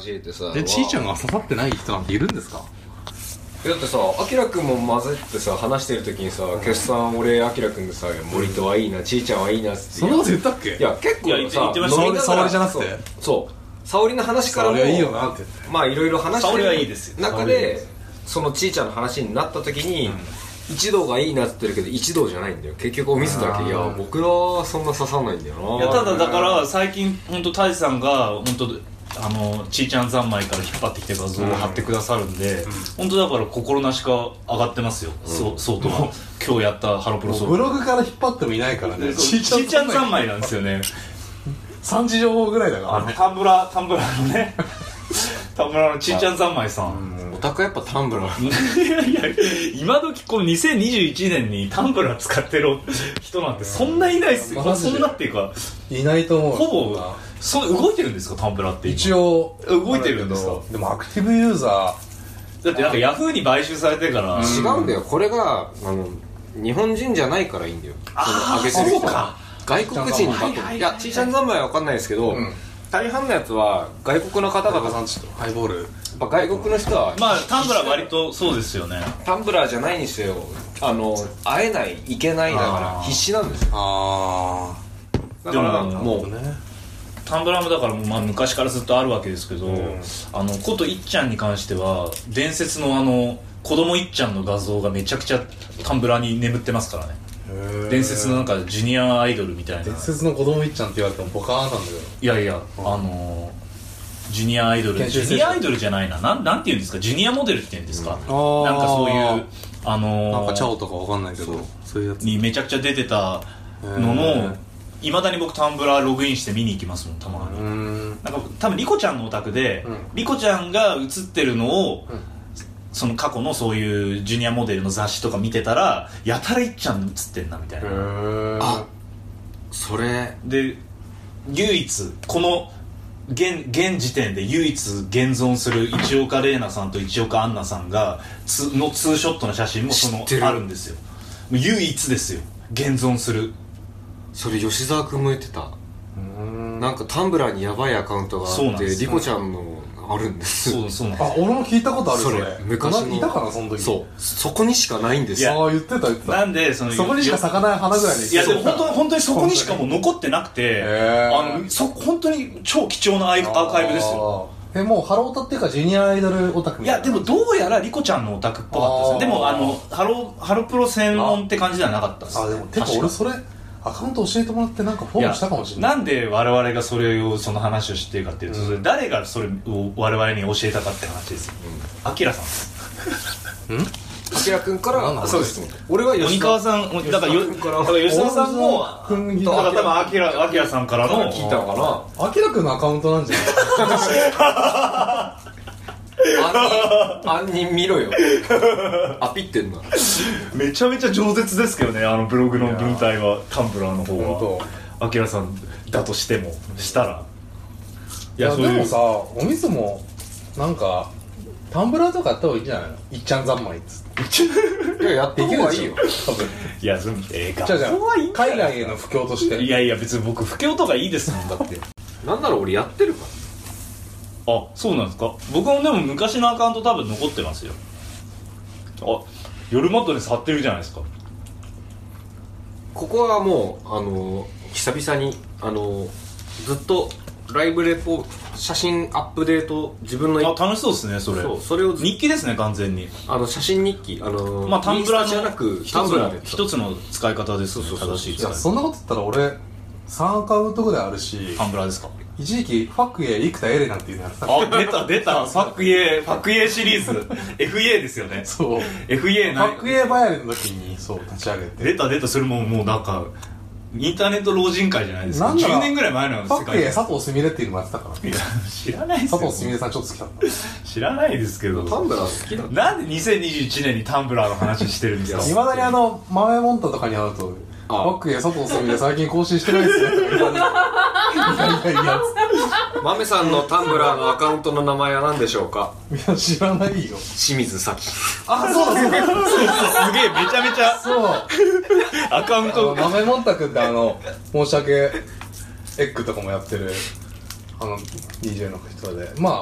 てさ、 で、ちいちゃんが刺さってない人なんているんですか？ だってさ、あきらくんも混ぜってさ、話してる時にさ、決算俺あきらくんでさ、森戸はいいな、ちいちゃんはいいなっつって、 そんなこと言ったっけ？ いや結構さ、 言ってました。 沙織じゃなくて、 そう沙織の話からも沙織はいいよなって言って、 まあいろいろ話して沙織はいいですよ。 中でそのちいちゃんの話になった時に、一同がいいなって言ってるけど一同じゃないんだよ結局。お水だけ、いや僕はそんな刺さないんだよな。 いやただだから最近本当タイさんが本当ちいちゃん三昧から引っ張ってきた画像を貼ってくださるんで、本当だから心なしか上がってますよ。そうと今日やったハロプロソートブログから引っ張ってもいないからね。 ちいちゃん三昧なんですよね。 3次情報ぐらいだからね。 タンブラーのねタンブラーのちいちゃん三昧さん、 オタクやっぱタンブラーいや今時この2021年にタンブラー使ってる人なんてそんないないっすよ。そんなっていうかいないと思う。 ほぼ動いてるんですかタンブラーって？ 一応動いてるんですか？ でもアクティブユーザーだってなんかヤフーに買収されてから違うんだよ。これが日本人じゃないからいいんだよ。その上げてる人は外国人だと。いやちいちゃん三昧は分かんないですけど、大半のやつは外国の方々さん、ちょっとハイボール、やっぱ外国の人はまあタンブラー割とそうですよね。 タンブラーじゃないにせよ会えないいけないだから必死なんですよ。 あだからもうタンブラーもだからまあ昔からずっとあるわけですけど、こといっちゃんに関しては伝説の子供いっちゃんの画像がめちゃくちゃタンブラーに眠ってますからね。伝説のなんかジュニアアイドルみたいな。 伝説の子供いっちゃんって言われてもポカーンなんだけど。 いやいや、ジュニアアイドル、ジュニアアイドルじゃないな、なんていうんですか、ジュニアモデルっていうんですか、なんかそういうなんかチャオとかわかんないけど、そういうやつにめちゃくちゃ出てたのの、いまだに僕タンブラーログインして見に行きますもん、たまに。なんか多分リコちゃんのお宅で、リコちゃんが写ってるのを、その過去のそういうジュニアモデルの雑誌とか見てたらやたらいっちゃん写ってんなみたいな。 あ、それで唯一この現時点で唯一現存する市岡玲奈さんと市岡杏奈さんがのツーショットの写真もあるんですよ。唯一ですよ現存する。 それ吉沢君も言ってた。なんかタンブラーにヤバいアカウントがあってリコちゃんのあるんです。 そうなんです。 あ、俺も聞いたことある。それ昔のいたかなその時。 そこにしかないんですよ。 ああ言ってた。 なんでそこにしか咲かない花ぐらいで。 いやでも本当にそこにしかもう残ってなくて、本当に超貴重なアーカイブですよ。 もうハロオタっていうかジュニアアイドルオタクみたいな。 いやでもどうやらリコちゃんのオタクっぽかったですね。でもハロプロ専門って感じではなかったです。 あ、でもてか俺それアカウント教えてもらってなんかフォローしたかもしれない。 なんで我々がその話を知ってるかっていうと、誰がそれを我々に教えたかって話ですよ。アキラさんです。 アキラくんからそうです。 俺は鬼川さんだから吉田さんも多分アキラさんからの聞いたのかな。 アキラくんのアカウントなんじゃない犯人見ろよ。アピってんな。 めちゃめちゃ饒舌ですけどね、ブログの文体は。タンブラーの方はアキラさんだとしてもしたら、 いやでもさ、お水もなんかタンブラーとかやった方がいいんじゃないの？いっちゃん三昧っつって。いややっていけばいいよ多分。 いや海外への布教として。 いや別に僕布教とかいいですもんだって。 なんなら俺やってるから。 あ、そうなんですか。僕もでも昔のアカウント多分残ってますよ。あ、夜マットで貼ってるじゃないですか。 ここはもう久々にずっとライブレポ写真アップデート自分の楽しそうですねそれ。それを日記ですね完全に。写真日記タンブラーじゃなくタンブラーで一つの使い方です。正しい使い方。 そんなこと言ったら俺3アカウントぐらいあるし。 タンブラーですか。 一時期ファックイエ生田エレなんていうのやってた。 出たファックイエシリーズFA ですよね。 そう FA ファックイエバヤリの時にそう立ち上げて出たそれもうなんかインターネット老人会じゃないですか。10年ぐらい前の世界。 ファックイエ佐藤すみれっていうのもやってたから。 いや知らないですよ。 佐藤すみれさんちょっと好きだった。 知らないですけど。 タンブラー好きだ。 なんで2021年にタンブラーの話してるんですか。 いまだに豆モンタとかに会うとファックイエ佐藤すみれ最近更新してないですねとかいや豆さんのタンブラーのアカウントの名前は何でしょうか。 いや知らないよ。 清水咲。 あ、そうだすげえめちゃめちゃそうアカウント豆もんたくんって申し訳エッグとかもやってるDJ の人で、まあ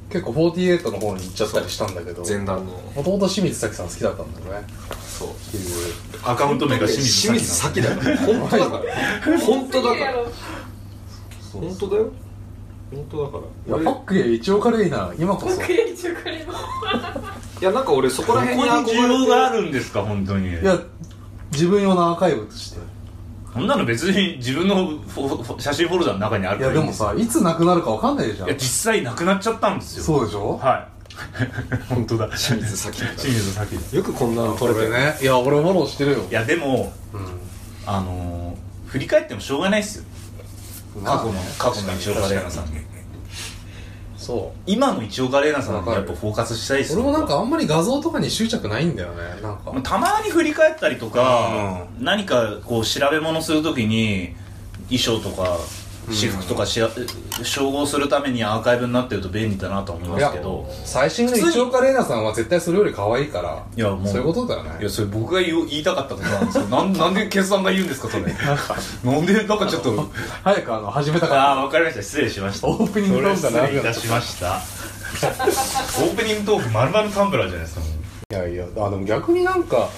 結構48の方に行っちゃったりしたんだけど、 前段のもともと清水咲さん好きだったんだよね。 そうっていうアカウント名が清水咲だから本当だから本当だから本当だよ本当だから。 いやパックや一応軽いな今こそ。 パックや一応軽いの。 いやなんか俺そこら辺にここに需要があるんですか本当に。 いや自分用のアーカイブとして。 そんなの別に自分の写真フォルダの中にあるからいやでもさいつなくなるかわかんないじゃん。 いや実際なくなっちゃったんですよ。 そうでしょ。 はい本当だ清水咲だ清水咲だ。 よくこんなの撮れてるね。いや俺フォローしてるよ。 いやでも、振り返ってもしょうがないっすよ。過去の一岡玲奈さんに。 そう今の一岡玲奈さんにやっぱフォーカスしたいっすよ。 俺もなんかあんまり画像とかに執着ないんだよね。なんかたまに振り返ったりとか、何かこう調べ物するときに衣装とか私服とか照合するためにアーカイブになってると便利だなと思いますけど、 最新の一岡玲奈さんは絶対それより可愛いから。 いやもうそういうことだよね。 いやそれ僕が言いたかったことなんですよ。なんで決算が言うんですかそれ。なんでなんかちょっと早く始めたから。 ああ分かりました、失礼しました。 オープニングトークが失礼いたしました。オープニングトーク丸々タンブラーじゃないですか。 いやいやでも逆になんか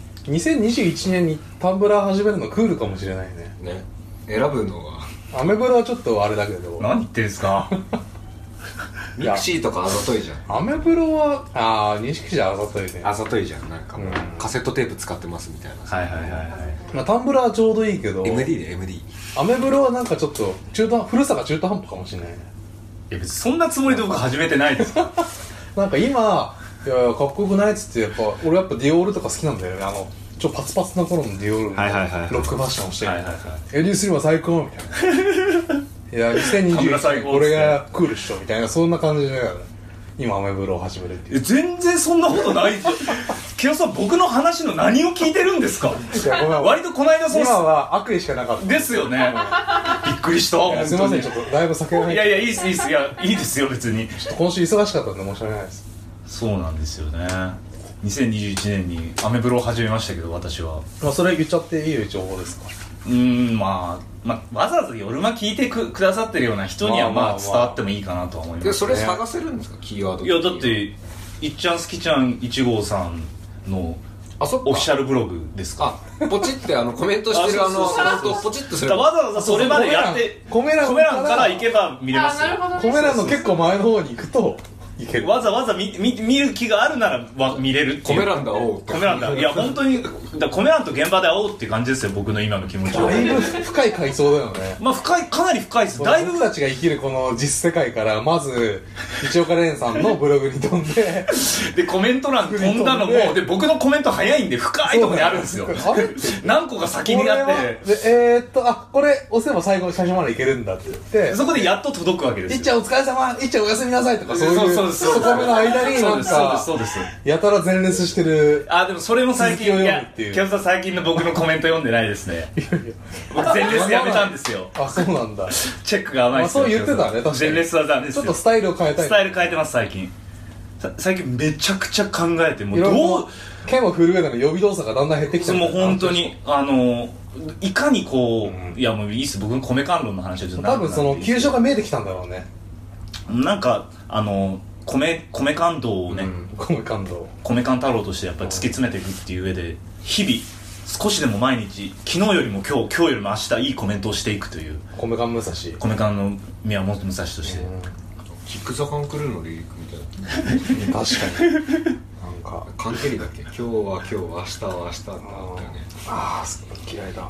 2021年にタンブラー始めるのクールかもしれないね。 ね選ぶのはアメブロはちょっとあれだけど。 何言ってんすか。 ミクシーとかあざといじゃん。 アメブロは認識じゃあざといね。 あざといじゃん。なんかもうカセットテープ使ってますみたいな。 はいはいはいはい。 まあタンブラーはちょうどいいけど MD で MD。 アメブロはなんかちょっと古さが中途半端かもしれないね。 いや別にそんなつもりで僕始めてないです。 なんか今いやかっこよくないっつって俺やっぱディオールとか好きなんだよね。パツパツな頃のディオールのロックファッションをしてエディスリーは最高みたいな。いや2021年これがクールっしょみたいなそんな感じで今アメブロを始めるっていう。 全然そんなことない。清さん僕の話の何を聞いてるんですか。 いやごめん割とこの間今は悪意しかなかったですよね。びっくりした。 すいませんちょっとだいぶ酒が入って。 いやいいっすいいっす。いやいいですよ別に。 ちょっと今週忙しかったんで申し訳ないです。 そうなんですよね。2021年にアメブロを始めましたけど私は。 まあそれ言っちゃっていい情報ですか。 まあわざわざ夜間聞いてくださってるような人にはまあ伝わってもいいかなとは思いますね。 でそれ探せるんですかキーワード。 いやだっていっちゃんすきちゃん1号さんのオフィシャルブログですか。 ポチってコメントしてるアカウントをポチッとする。 わざわざそれまでやってコメ欄から行けば見れますよ。 コメ欄の結構前の方に行くとわざわざ見る気があるなら見れるっていう。 コメ欄だおうコメ欄だ。いや本当にコメ欄と現場で会おうっていう感じですよ僕の今の気持ちは。 だいぶ深い階層だよね。 まあかなり深いです。だいぶ僕たちが生きるこの実世界からまず一岡蓮さんのブログに飛んででコメント欄飛んだのもで僕のコメント早いんで深いところにあるんですよ。何個か先にあってでこれ押せば最後の最初までいけるんだって言ってそこでやっと届くわけですよ。 いっちゃんお疲れ様いっちゃんおやすみなさいとかそういうそこの間になんかやたら前列してる。 でもそれも最近いやキャプさん最近の僕のコメント読んでないですね。僕前列やめたんですよ。 そうなんだ。 チェックが甘いですよ。 そう言ってたね確かに。 前列はダメですよ。 ちょっとスタイルを変えたい。 スタイル変えてます最近めちゃくちゃ考えてもうどう剣を振る上での予備動作がだんだん減ってきてる。 もう本当にいかにこういやもういいっす僕の米感論の話はちょっと多分その急所が見えてきたんだろうね。 なんか米感動をね、 米感動米感太郎としてやっぱり突き詰めていくっていう上で日々少しでも毎日昨日よりも今日よりも明日いいコメントをしていくという米感武蔵米感の宮本武蔵としてキックザカンクルーのリリックみたいな。確かになんかカンケリだっけ。今日は今日明日は明日ってあったよね。 嫌いだわ。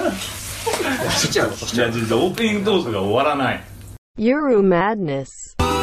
しちゃう。 じゃあオープニングトークが終わらない。 Euro Madness